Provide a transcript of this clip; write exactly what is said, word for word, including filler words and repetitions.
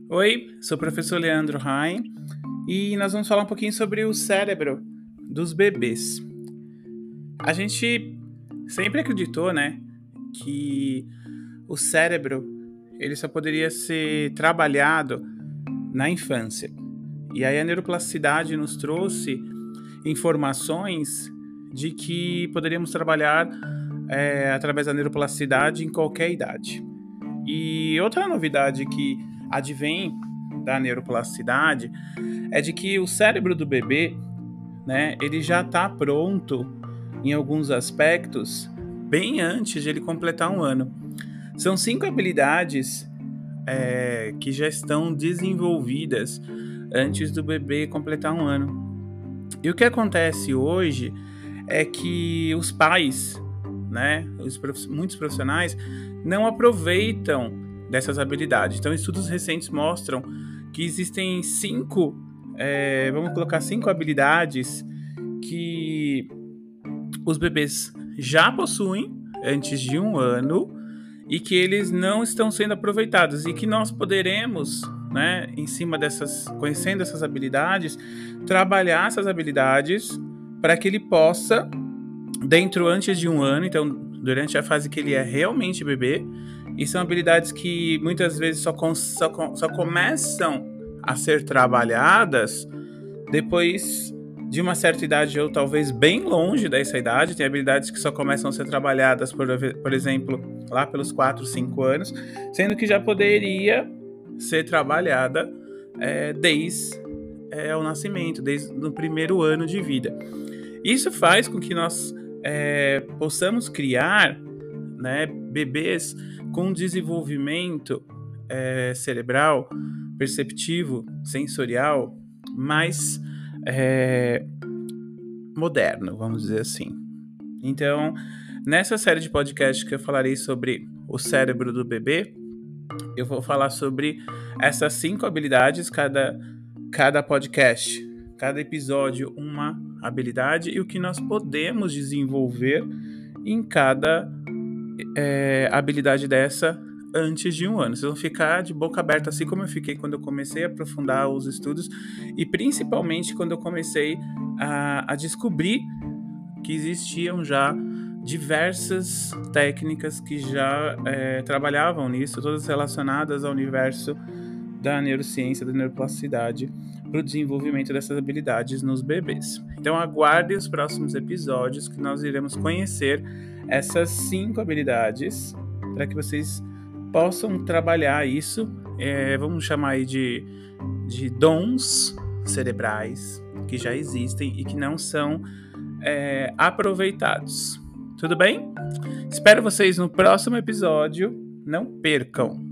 Oi, sou o professor Leandro Rain e nós vamos falar um pouquinho sobre o cérebro dos bebês. A gente sempre acreditou, né, que o cérebro ele só poderia ser trabalhado na infância. E aí a neuroplasticidade nos trouxe informações de que poderíamos trabalhar é, através da neuroplasticidade em qualquer idade. E outra novidade que advém da neuroplasticidade é de que o cérebro do bebê, né, ele já está pronto em alguns aspectos bem antes de ele completar um ano. São cinco habilidades é, que já estão desenvolvidas antes do bebê completar um ano. E o que acontece hoje é que os pais, né, os prof... muitos profissionais não aproveitam dessas habilidades. Então, estudos recentes mostram que existem cinco, é, vamos colocar cinco habilidades que os bebês já possuem antes de um ano e que eles não estão sendo aproveitados e que nós poderemos, né, em cima dessas, conhecendo essas habilidades, trabalhar essas habilidades para que ele possa, dentro antes de um ano, então durante a fase que ele é realmente bebê, e são habilidades que muitas vezes só, com, só, só começam a ser trabalhadas depois de uma certa idade ou talvez bem longe dessa idade. Tem habilidades que só começam a ser trabalhadas, por, por exemplo, lá pelos quatro, cinco anos, sendo que já poderia ser trabalhada é, desde é, o nascimento, desde o primeiro ano de vida. Isso faz com que nós é, possamos criar, né, bebês com desenvolvimento é, cerebral, perceptivo, sensorial, mais é, moderno, vamos dizer assim. Então, nessa série de podcasts que eu falarei sobre o cérebro do bebê, eu vou falar sobre essas cinco habilidades, cada, cada podcast, cada episódio uma habilidade e o que nós podemos desenvolver em cada é, habilidade dessa antes de um ano. Vocês vão ficar de boca aberta, assim como eu fiquei quando eu comecei a aprofundar os estudos e principalmente quando eu comecei a, a descobrir que existiam já diversas técnicas que já é, trabalhavam nisso, todas relacionadas ao universo da neurociência, da neuroplasticidade, para o desenvolvimento dessas habilidades nos bebês. Então aguardem os próximos episódios que nós iremos conhecer essas cinco habilidades para que vocês possam trabalhar isso, é, vamos chamar aí de, de dons cerebrais que já existem e que não são é, aproveitados. Tudo bem? Espero vocês no próximo episódio. Não percam!